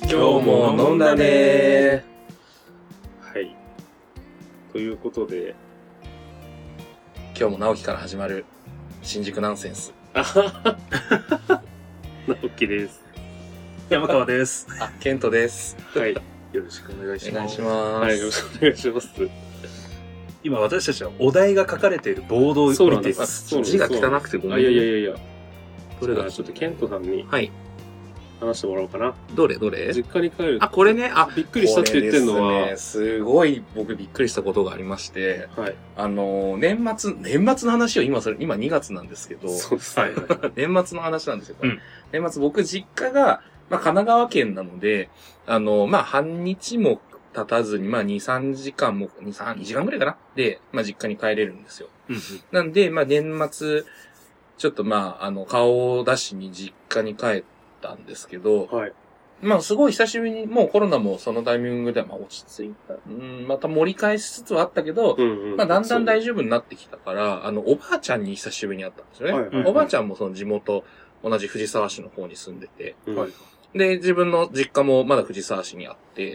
今日も飲んだねはい。ということで、 今日も直樹から始まる新宿ナンセンス。 直樹です。 山川です。 ケントです。 はい。 よろしくお願いします。 お願いします。 はい、よろしくお願いします。 今私たちはお題が書かれているボードを見ています。 字が汚くてごめん。 いや。どれだちょっとケントさんに。はい。話してもらおうかな。 どれ実家に帰る。 これね。 びっくりしたって言ってんのは。 ね、すごい僕びっくりしたことがありまして。 はい。 年末の話を今2月なんですけど。 そうですね。 年末の話なんですよ。年末僕実家が、神奈川県なので、半日も経たずに、2、3時間も、2時間ぐらいかなで、実家に帰れるんですよ。なんで、年末、ちょっと顔を出しに実家に帰ったんですけど、 はい。 すごい久しぶりに、もうコロナもそのタイミングでは落ち着いた。また盛り返しつつはあったけど、だんだん大丈夫になってきたから、おばあちゃんに久しぶりに会ったんですよね。はい、おばあちゃんもその地元、同じ藤沢市の方に住んでて、で、自分の実家もまだ藤沢市にあって、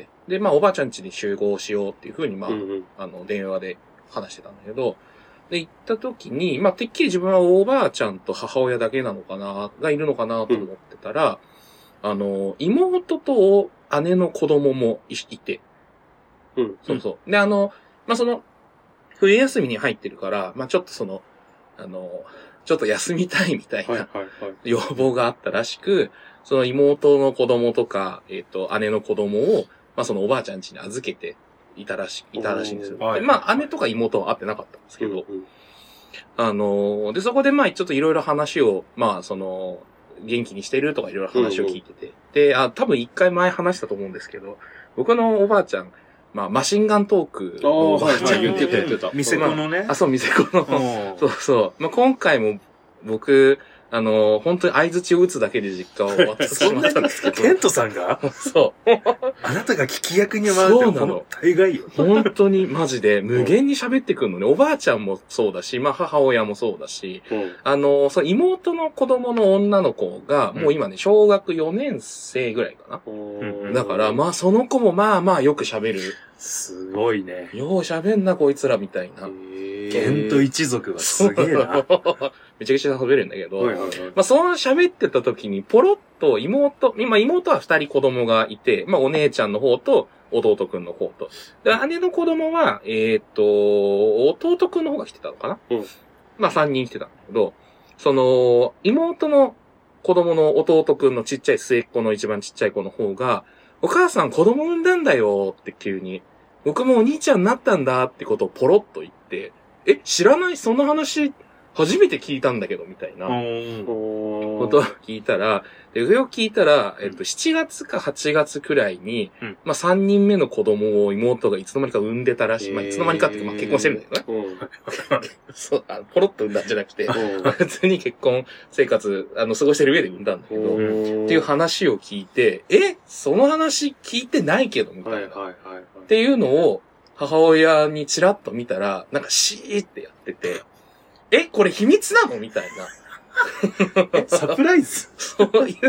で、おばあちゃん家に集合しようっていう風に、電話で話してたんだけど、で、行った時に、てっきり自分はおばあちゃんと母親だけなのかな、がいるのかなと思ってたら、妹と姉の子供もいて、そうそう。で、その、冬休みに入ってるから、ちょっとちょっと休みたいみたいな要望があったらしく、その妹の子供とか、姉の子供を、そのおばあちゃん家に預けていたらしいんですよ。で、姉とか妹は会ってなかったんですけど、で、そこでちょっといろいろ話を、元気にしてるとかいろいろ話を聞いてて、で、多分一回前話したと思うんですけど、僕のおばあちゃん、マシンガントークのおばあちゃん言ってた。 店子のね。 そう、店子の。そう。今回も僕、本当に相槌を打つだけで実家を終わってしまったんですけど。 ケントさんがそう。 あなたが聞き役に回るってそうなの。 大概よ。 本当にマジで無限に喋ってくるのね。おばあちゃんもそうだし、母親もそうだし、その妹の子供の女の子が、もう今ね、小学4年生ぐらいかな。だから、その子もよく喋る。 すごいね。 よう喋んな、こいつらみたいな。 ケント一族はすげえな。 めちゃくちゃ喋るんだけど、その喋ってた時に、ポロッと妹は2人子供がいて、お姉ちゃんの方と弟くんの方と。で、姉の子供は、弟くんの方が来てたのかな3人来てたんだけど、その、妹の子供の弟くんのちっちゃい末っ子の一番ちっちゃい子の方が、お母さん子供産んだんだよって急に、僕もお兄ちゃんになったんだってことをポロッと言って、知らない？その話、初めて聞いたんだけど、みたいなことを聞いたら、上を聞いたら、7月か8月くらいに、3人目の子供を妹がいつの間にか産んでたらしい。いつの間にかっていうか、結婚してるんだけどね。そう、ポロッと産んだんじゃなくて、普通に結婚生活、過ごしてる上で産んだんだけど、っていう話を聞いて、その話聞いてないけど、みたいな。っていうのを、母親にチラッと見たら、なんかシーってやってて、これ秘密なのみたいな。 サプライズそういう。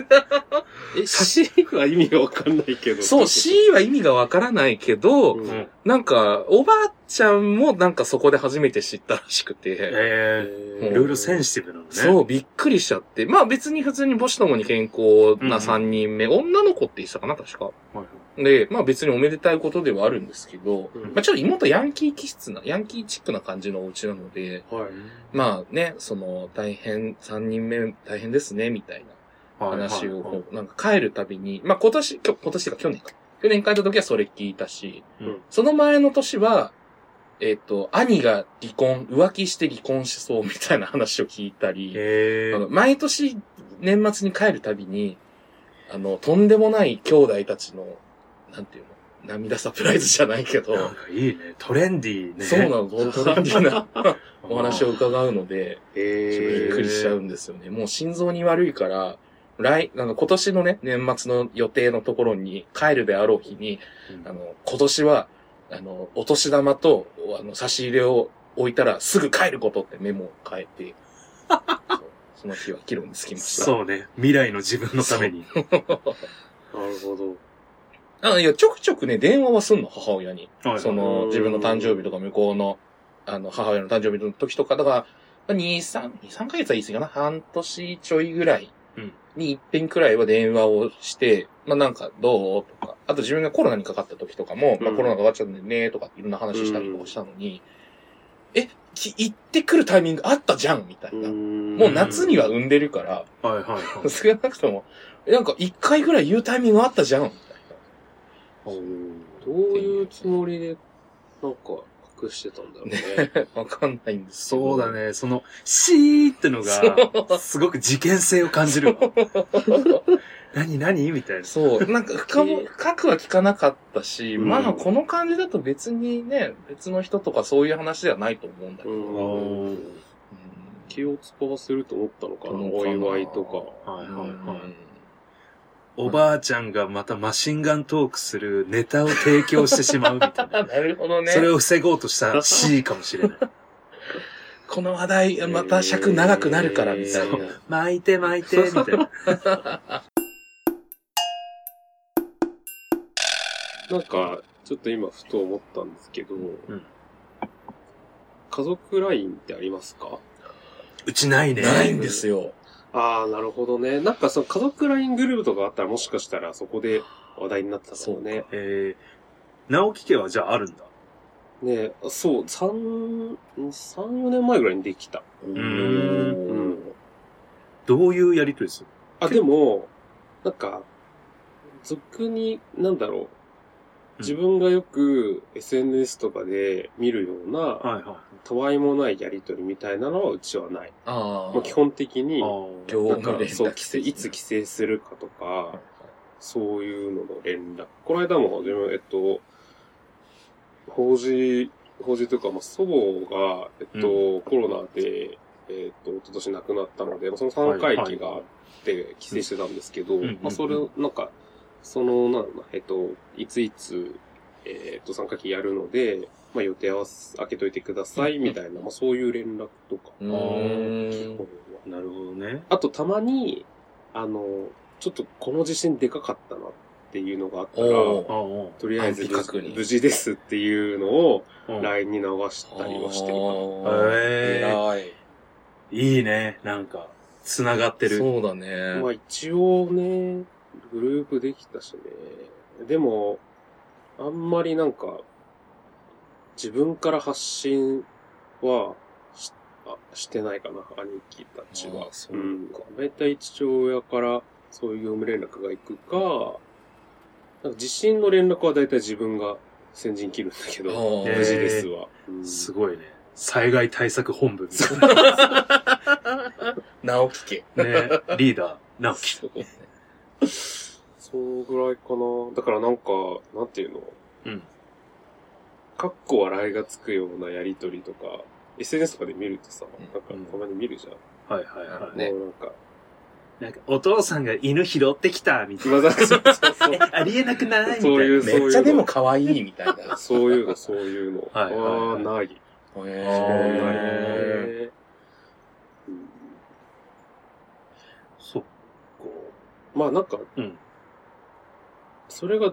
C は意味がわかんないけど。 そう、C は意味がわからないけど、なんか、おばあちゃんもなんかそこで初めて知ったらしくて。 いろいろセンシティブなのね。 そう、びっくりしちゃって。別に普通に母子ともに健康な3人目、女の子って言ってたかな、確か。で、別におめでたいことではあるんですけど、ちょっと妹ヤンキー気質な、ヤンキーチックな感じのお家なので、3人目大変ですね、みたいな話を、なんか帰るたびに、今年っていうか去年帰った時はそれ聞いたし、その前の年は、兄が浮気して離婚しそうみたいな話を聞いたり、毎年年末に帰るたびに、とんでもない兄弟たちの、なんていうの、涙サプライズじゃないけど。 なんかいいね。トレンディーね。 そうなの、トレンディーなお話を伺うので、びっくりしちゃうんですよね。もう心臓に悪いから、今年のね、年末の予定のところに帰るであろう日に、今年は、お年玉と、差し入れを置いたらすぐ帰ることってメモを変えて、その日は議論につきました。 そうね。未来の自分のために。 なるほど。 いや、ちょくちょくね、電話はすんの、母親に。自分の誕生日とか向こうの、母親の誕生日の時とか、だから、2、3ヶ月は言い過ぎかな。半年ちょいぐらいに一遍くらいは電話をして、なんかどうとか、あと自分がコロナにかかった時とかも、コロナが終わっちゃうんだよねとかいろんな話したりとかしたのに、行ってくるタイミングあったじゃんみたいな。もう夏には産んでるから、少なくとも、なんか一回ぐらい言うタイミングあったじゃんみたいな。 どういうつもりで、なんか、隠してたんだろうね。 わかんないんですけど。そうだね。シーってのが、すごく事件性を感じるわ。何みたいな。 そう。なんか深くは聞かなかったし、この感じだと別にね、別の人とかそういう話ではないと思うんだけど。 気を使わせると思ったのかな、お祝いとか。 おばあちゃんがまたマシンガントークするネタを提供してしまうみたいな。 なるほどね。 それを防ごうとした C かもしれない。 この話題、また尺長くなるから、みたいな。 巻いて、みたいな。 なんか、ちょっと今ふと思ったんですけど、家族 LINE ってありますか？ うちないね。 ないんですよ。 ああ、なるほどね。なんかその家族 LINE グループとかあったらもしかしたらそこで話題になってたかもね。 直樹家はじゃああるんだ。 ねえ、そう、3、4年前ぐらいにできた。 どういうやりとりする？ でも、なんか、俗に、なんだろう。自分がよく SNS とかで見るような、たわいもないやりとりみたいなのはうちはない。基本的に、なんかそう、いつ帰省するかとか、そういうのの連絡。この間も自分、法事とか、祖母が、コロナで、一昨年亡くなったので、その3回忌があって帰省してたんですけど、それ、なんか、いついつ、3回忌やるので、予定開けといてください、みたいな、そういう連絡とか。 なるほどね。 あと、たまに、ちょっとこの地震でかかったなっていうのがあったら、とりあえず無事ですっていうのを LINE に流したりはしてるかな。 偉い。 いいね。なんか、繋がってる。 そうだね。 一応ね、グループできたしね。でも、あんまりなんか、自分から発信はしてないかな、兄貴たちは。だいたい父親からそういう業務連絡が行くか、なんか地震の連絡はだいたい自分が先陣切るんだけど、無事ですわ。 すごいね。災害対策本部みたいな。 直樹家。 ね、リーダー、直樹。 そうぐらいかな。だからなんか、なんていうの？かっこ笑いがつくようなやりとりとか、SNS とかで見るとさ、なんかたまに見るじゃん。 ね。 なんか、 お父さんが犬拾ってきた、みたいな。ありえなくないみたいな。 めっちゃでも可愛いみたいな。 そういうの。ない。 そっか。 なんか、それが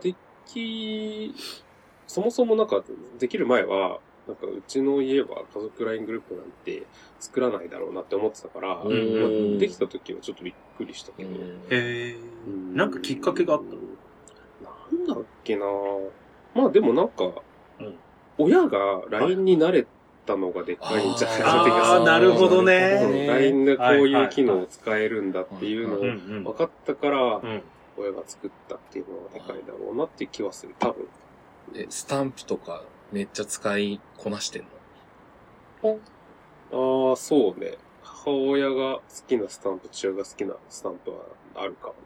そもそもなんか、できる前は、なんか、うちの家は家族 LINE グループなんて作らないだろうなって思ってたから、できた時はちょっとびっくりしたけど。 なんかきっかけがあったの？なんだっけなでもなんか、親が LINE に慣れたのがでっかいんじゃないかっていうかなるほどね。 LINE でこういう機能を使えるんだっていうのを分かったから、親が作ったっていうのがでかいだろうなっていう気はする、多分。 スタンプとかめっちゃ使いこなしてんの？ そうね。母親が好きなスタンプ、父親が好きなスタンプはあるかも。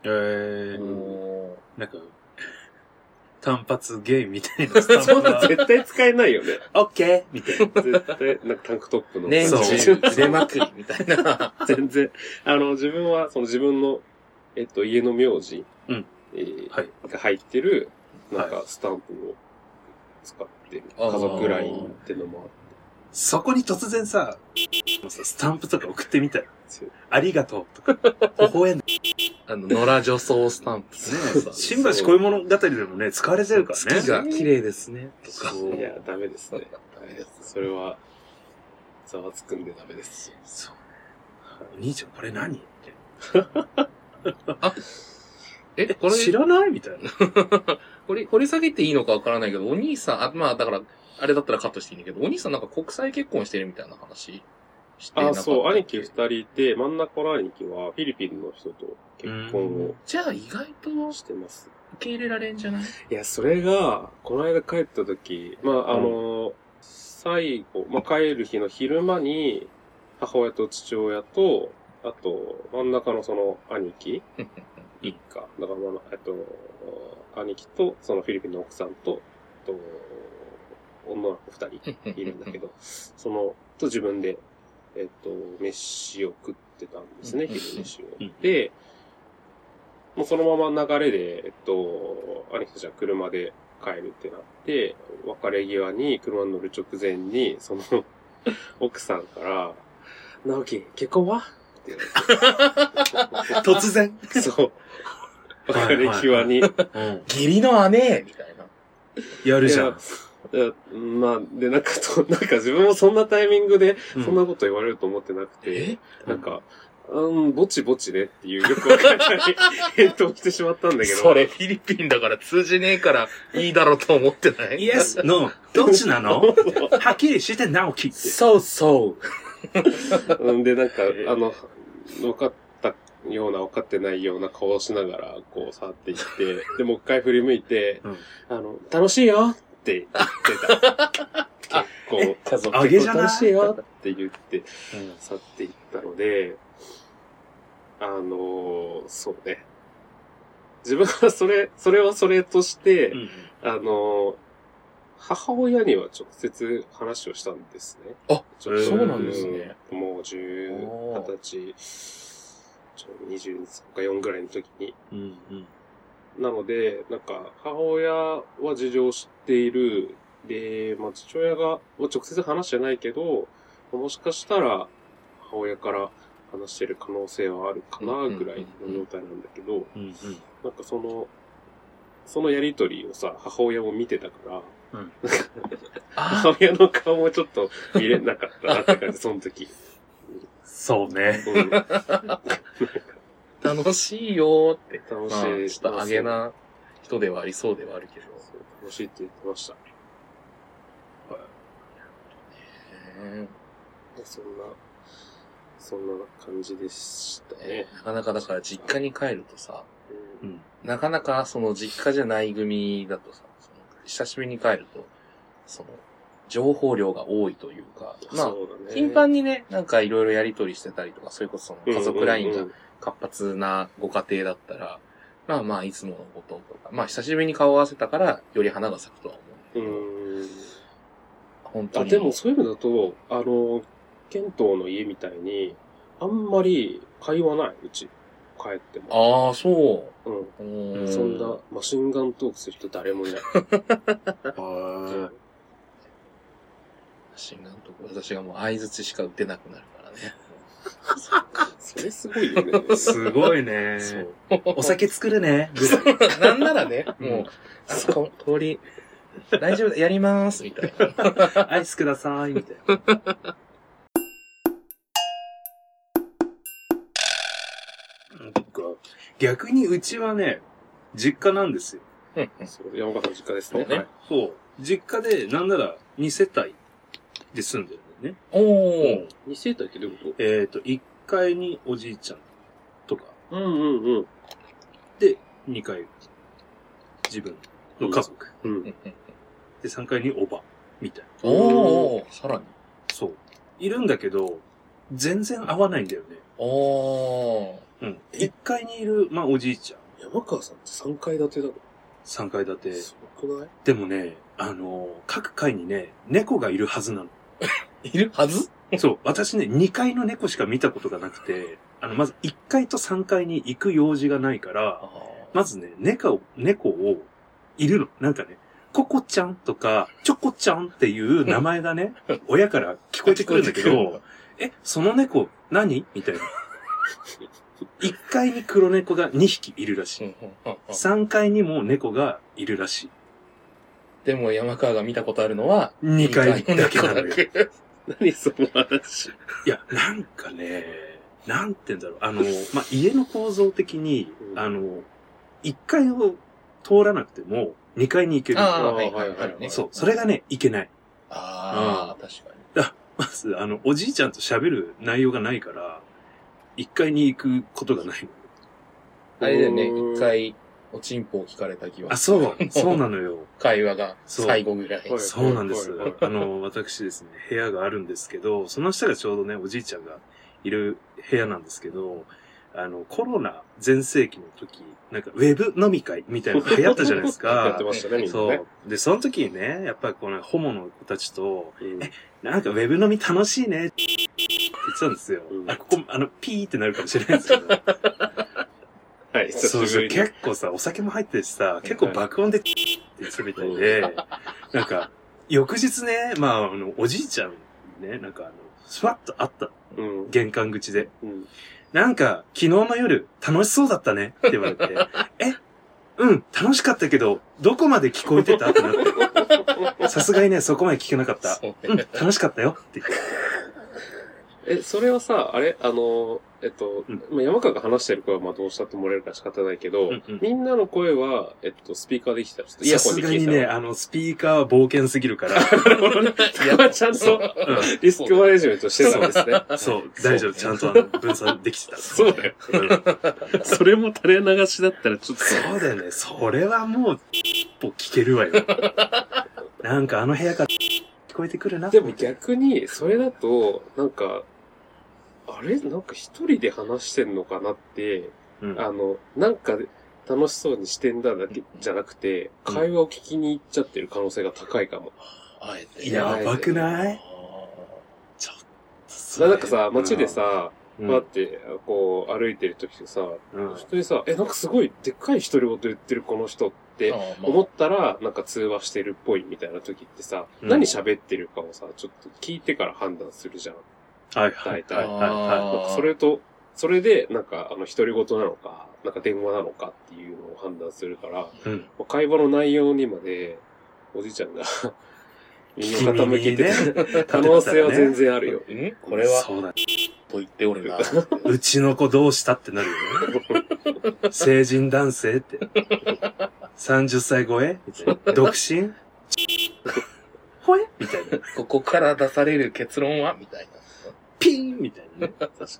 なんか、単発ゲイみたいなスタンプ。 そんな絶対使えないよね。 オッケーみたいな。絶対、なんかタンクトップの。 年中出まくりみたいな。 全然。自分は、自分の、家の名字、が入ってる、なんか、スタンプを使ってる。家族 LINE ってのもあって。 そこに突然さ、スタンプとか送ってみたら、ありがとうとか、微笑んで、 野良女装スタンプね。新橋恋物語でもね、使われてるからね。 月が綺麗ですね。とか。 いや、ダメですね。それは、ざわつくんでダメです。 そう。お兄ちゃん、これ何って。 あ、これ知らないみたいな。 掘り下げていいのかわからないけど、お兄さん、まあだから、あれだったらカットしていいんだけど、お兄さんなんか国際結婚してるみたいな話してなかったっけ？ そう、兄貴二人いて、真ん中の兄貴はフィリピンの人と結婚をじゃあ意外としてます。 受け入れられんじゃない？ いや、それが、この間帰った時、最後、帰る日の昼間に、母親と父親と、あと、真ん中のその兄貴一家。だから、兄貴と、そのフィリピンの奥さんと、女の子二人いるんだけど、と自分で、飯を食ってたんですね、昼飯を。で、もうそのまま流れで、兄貴たちは車で帰るってなって、別れ際に車に乗る直前に、その、奥さんから、直樹、結婚はって言われて。 突然そう。別れ際に。 義理の姉みたいな。 やるじゃん。 で、なんか自分もそんなタイミングで、そんなこと言われると思ってなくて、なんか、ぼちぼちねっていうよくわかんない返答してしまったんだけど。 それフィリピンだから通じねえからいいだろうと思ってない？ イエス、ノー、どっちなのはっきりして直樹って。 そうそう。 で、なんか、分かったような分かってないような顔をしながら、こう、触っていって、で、もう一回振り向いて、楽しいよって言ってた。結構、 あげじゃない？ 楽しいよって言って、去っていったので、そうね。自分はそれはそれとして、母親には直接話をしたんですね。 あ、そうなんですね。 もう20歳、23か4ぐらいの時に。なので、なんか、母親は事情を知っている。で、父親が直接話してないけど、もしかしたら、母親から話してる可能性はあるかな、ぐらいの状態なんだけど、なんかそのやりとりをさ、母親も見てたから、母親の顔もちょっと見れなかったなって感じ、その時。 そうね。 楽しいよーって。 楽しい。 ちょっとあげな人ではありそうではあるけど。 楽しいって言ってました。そんな感じでしたね。 なかなかだから実家に帰るとさ、なかなかその実家じゃない組だとさ、久しぶりに帰ると、情報量が多いというか、頻繁にね、なんかいろいろやりとりしてたりとか、それこそ家族ラインが活発なご家庭だったら、いつものこととか、久しぶりに顔を合わせたから、より花が咲くとは思うんだけど。本当に。 でもそういうのだと、ケントの家みたいに、あんまり会話ない、うち。帰っても。 ああ、そう。 そんなマシンガントークする人誰もいない。マシンガントーク、私がもう相槌しか打てなくなるからね。それすごいよね。 すごいね。お酒作るね。 なんならね、もう、通り、大丈夫だ、やりまーす、みたいな。 アイスください、みたいな。逆にうちはね、実家なんですよ。 そう、山川さん実家ですね。 はい。そう。実家で、なんなら2世帯で住んでるんだよね。 2世帯ってどういうこと？ 1階におじいちゃんとか。 で、 2階、自分の家族。で、3階におば、みたいな。 さらに。 そう。いるんだけど、全然合わないんだよね。1階にいる、おじいちゃん。 山川さんって3階建てだろ？ 3階建て。 すごくない？ でもね、各階にね、猫がいるはずなの。 いるはず？ そう。私ね、2階の猫しか見たことがなくて、まず1階と3階に行く用事がないから、まずね、猫をいるの。なんかね、ココちゃんとか、チョコちゃんっていう名前がね、親から聞こえてくるんだけど、その猫何みたいな。 1階に黒猫が2匹いるらしい。3階にも猫がいるらしい。 でも山川が見たことあるのは、 2階だけなのよ。 何その話。 いや、なんかね、なんて言うんだろう。家の構造的に、1階を通らなくても、2階に行ける。そう、それがね、いけない。 確かに。 まず、おじいちゃんと喋る内容がないから、1階に行くことがないの。 あれだよね、1回、おちんぽを聞かれた気は。 そうなのよ。 会話が最後ぐらい。 そうなんです。私ですね、部屋があるんですけど、その下がちょうどね、おじいちゃんがいる部屋なんですけど、コロナ全盛期の時、なんかウェブ飲み会みたいなの流行ったじゃないですか。 やってましたね、みんなね。 そう。で、その時にね、やっぱりこのホモの子たちと、なんかウェブ飲み楽しいねって言ってたんですよ。ここ、ピーってなるかもしれないですけど。 はい、 そう、結構さ、お酒も入ってるしさ、結構爆音でって言ってたみたいで、なんか、翌日ね、おじいちゃんにね、なんかスワッと会った。玄関口で。なんか、昨日の夜、楽しそうだったねって言われて、楽しかったけど、どこまで聞こえてたってなって。さすがにね、そこまで聞けなかった。楽しかったよって言って。 それはさ、あれ山川が話してる声はどうしたって漏れるから仕方ないけど、みんなの声は、スピーカーできたらちょっとイヤホンで聞いたら。さすがにね、スピーカーは冒険すぎるから。 いや、ちゃんと、リスクマネジメントしてたんですね。 そう、大丈夫。ちゃんと分散できてた。 そうだよ。それも垂れ流しだったらちょっと。 そうだよね。それはもう、一歩聞けるわよ。なんか部屋から聞こえてくるな。 でも逆に、それだと、なんか、あれなんか一人で話してんのかなって、なんか楽しそうにしてんだだけじゃなくて、会話を聞きに行っちゃってる可能性が高いかも。 あえて。 やばくないちょっと。なんかさ、街でさ、待って、こう、歩いてる時とさ、人にさ、なんかすごいでっかい独り言言ってるこの人って思ったら、なんか通話してるっぽいみたいな時ってさ、何喋ってるかをさ、ちょっと聞いてから判断するじゃん。 はい。 大体。それで、なんか、独り言なのか、なんか電話なのかっていうのを判断するから、会話の内容にまで、おじいちゃんが耳を傾けて可能性は全然あるよ。 これは、 そうだ。 と言っておるな。 うちの子どうしたってなるよね。成人男性って。30歳超えみたいな。独身ほえみたいな。 ここから出される結論はみたいな。 ピーンみたいなね。確かに。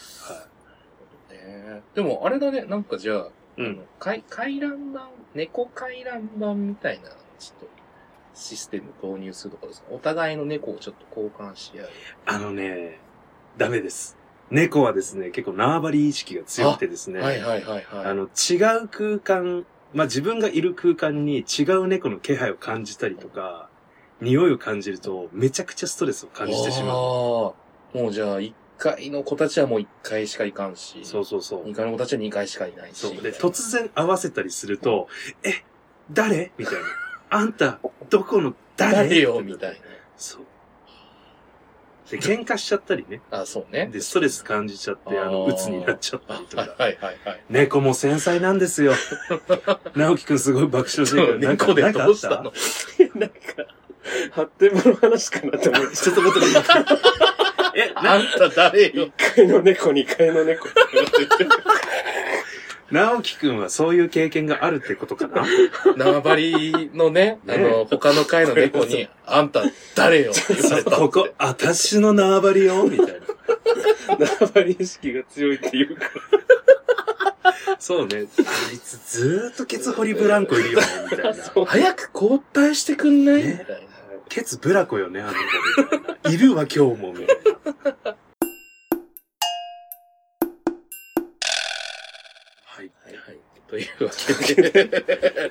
でも、あれだね、なんかじゃあ、回覧板、猫回覧板みたいな、ちょっと、システム導入するとかですか？お互いの猫をちょっと交換し合う。 ダメです。猫はですね、結構縄張り意識が強くてですね。違う空間、自分がいる空間に違う猫の気配を感じたりとか、匂いを感じると、めちゃくちゃストレスを感じてしまう。 もうじゃあ、1階の子たちはもう1階しか行かんし。 そう。 2階の子たちは2階しかいないし。 そう。で、突然合わせたりすると、誰みたいな。あんた、どこの誰よみたいな。 そう。で、喧嘩しちゃったりね。 そうね。 で、ストレス感じちゃって、鬱になっちゃったりとか。 はい。 猫も繊細なんですよ。直樹くんすごい爆笑してるけど、 猫でどうしたの？ なんか、発展場の話かなって思って。 ちょっと待って。 あんた誰よ。 1階の猫、2階の猫。 直樹くんはそういう経験があるってことかな？ 縄張りのね、他の階の猫に、あんた誰よって言われた。 ここ、私の縄張りよみたいな。 縄張り意識が強いっていうか。 そうね。あいつずーっとケツ掘りブランコいるよね、みたいな。 早く交代してくんない、みたいな。 ケツブラコよね、あの子みたいな。いるわ、今日も、みたいな。はい。 というわけで。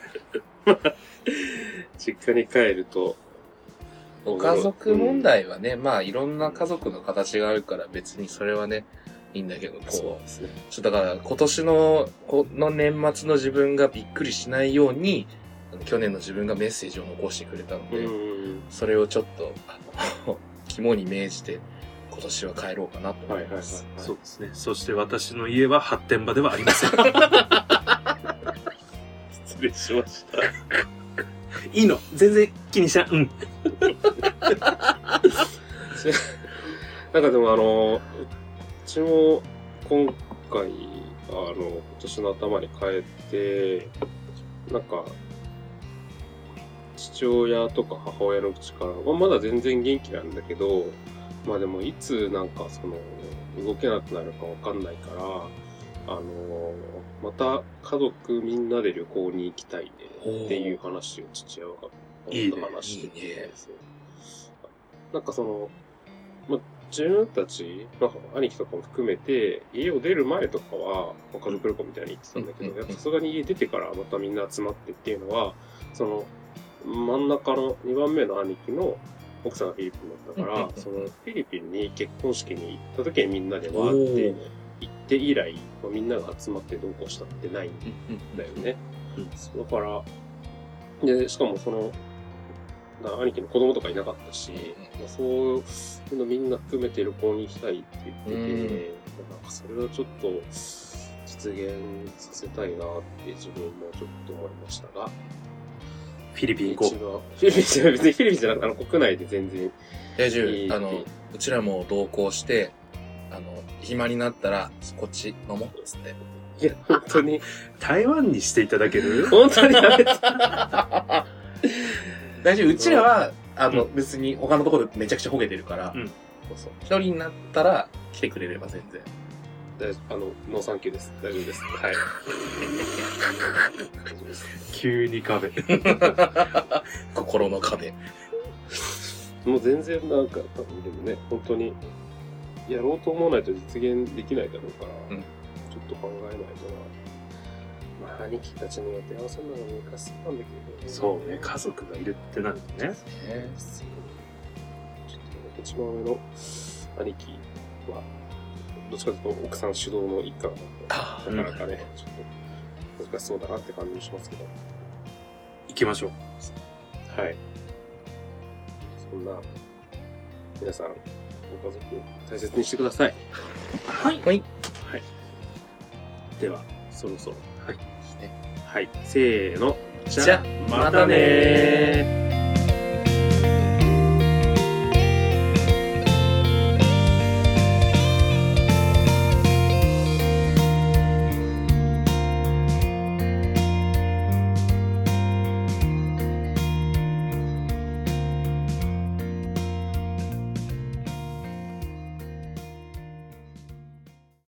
実家に帰ると。 ご家族問題はね、いろんな家族の形があるから別にそれはね、いいんだけど、 そうですね。 だから今年の、この年末の自分がびっくりしないように、去年の自分がメッセージを残してくれたので、それをちょっと、肝に銘じて、 今年は帰ろうかなと思います。 そうですね。そして私の家は発展場ではありません。 失礼しました。 いいの。全然気にしない。うん。 なんかでもうちも今回、今年の頭に帰って、なんか、父親とか母親の口から、まだ全然元気なんだけど、まあでもいつなんか動けなくなるかわかんないから、また家族みんなで旅行に行きたいねっていう話を父親が話してて、なんかまあ、自分たち、まあ、兄貴とかも含めて、家を出る前とかは、まあ、家族旅行みたいに言ってたんだけど、やっぱさすがに家出てからまたみんな集まってっていうのは、真ん中の2番目の兄貴の奥さんがフィリピンだったから、フィリピンに結婚式に行った時にみんなでわーって行って以来、まあ、みんなが集まって同行したってないんだよね。だから、で、しかも兄貴の子供とかいなかったし、まあ、そういうのみんな含めて旅行に行きたいって言ってて、なんかそれはちょっと実現させたいなって自分もちょっと思いましたが、 フィリピン行こう。 フィリピンじゃ別にフィリピンじゃなくて国内で全然いい。うちらも同行して、暇になったらこっち飲もうっつって。 いや、本当に。 台湾にしていただける？ 本当にやめて。 大丈夫。うちらは、別に他のところでめちゃくちゃほげてるから、そう。一人になったら来てくれれば全然。 ノーサンキューです。大丈夫です。はい。大丈夫です。 急に壁。 心の壁。 もう全然なんか、多分でもね、本当に、やろうと思わないと実現できないだろうから、ちょっと考えないとな。まあ、兄貴たちの予定合わせるのが難しそうなんだけどね。 そうね、家族がいるってなるとね。ちょっと一番上の兄貴は、どっちかというと奥さん主導の一家だったら、なかなかね、ちょっと難しそうだなって感じもしますけど。 行きましょう。はい。そんな、皆さん、ご家族大切にしてください。 はい。はい。 はい。では、そろそろ。はい。はい。せーの。 じゃ、またねー。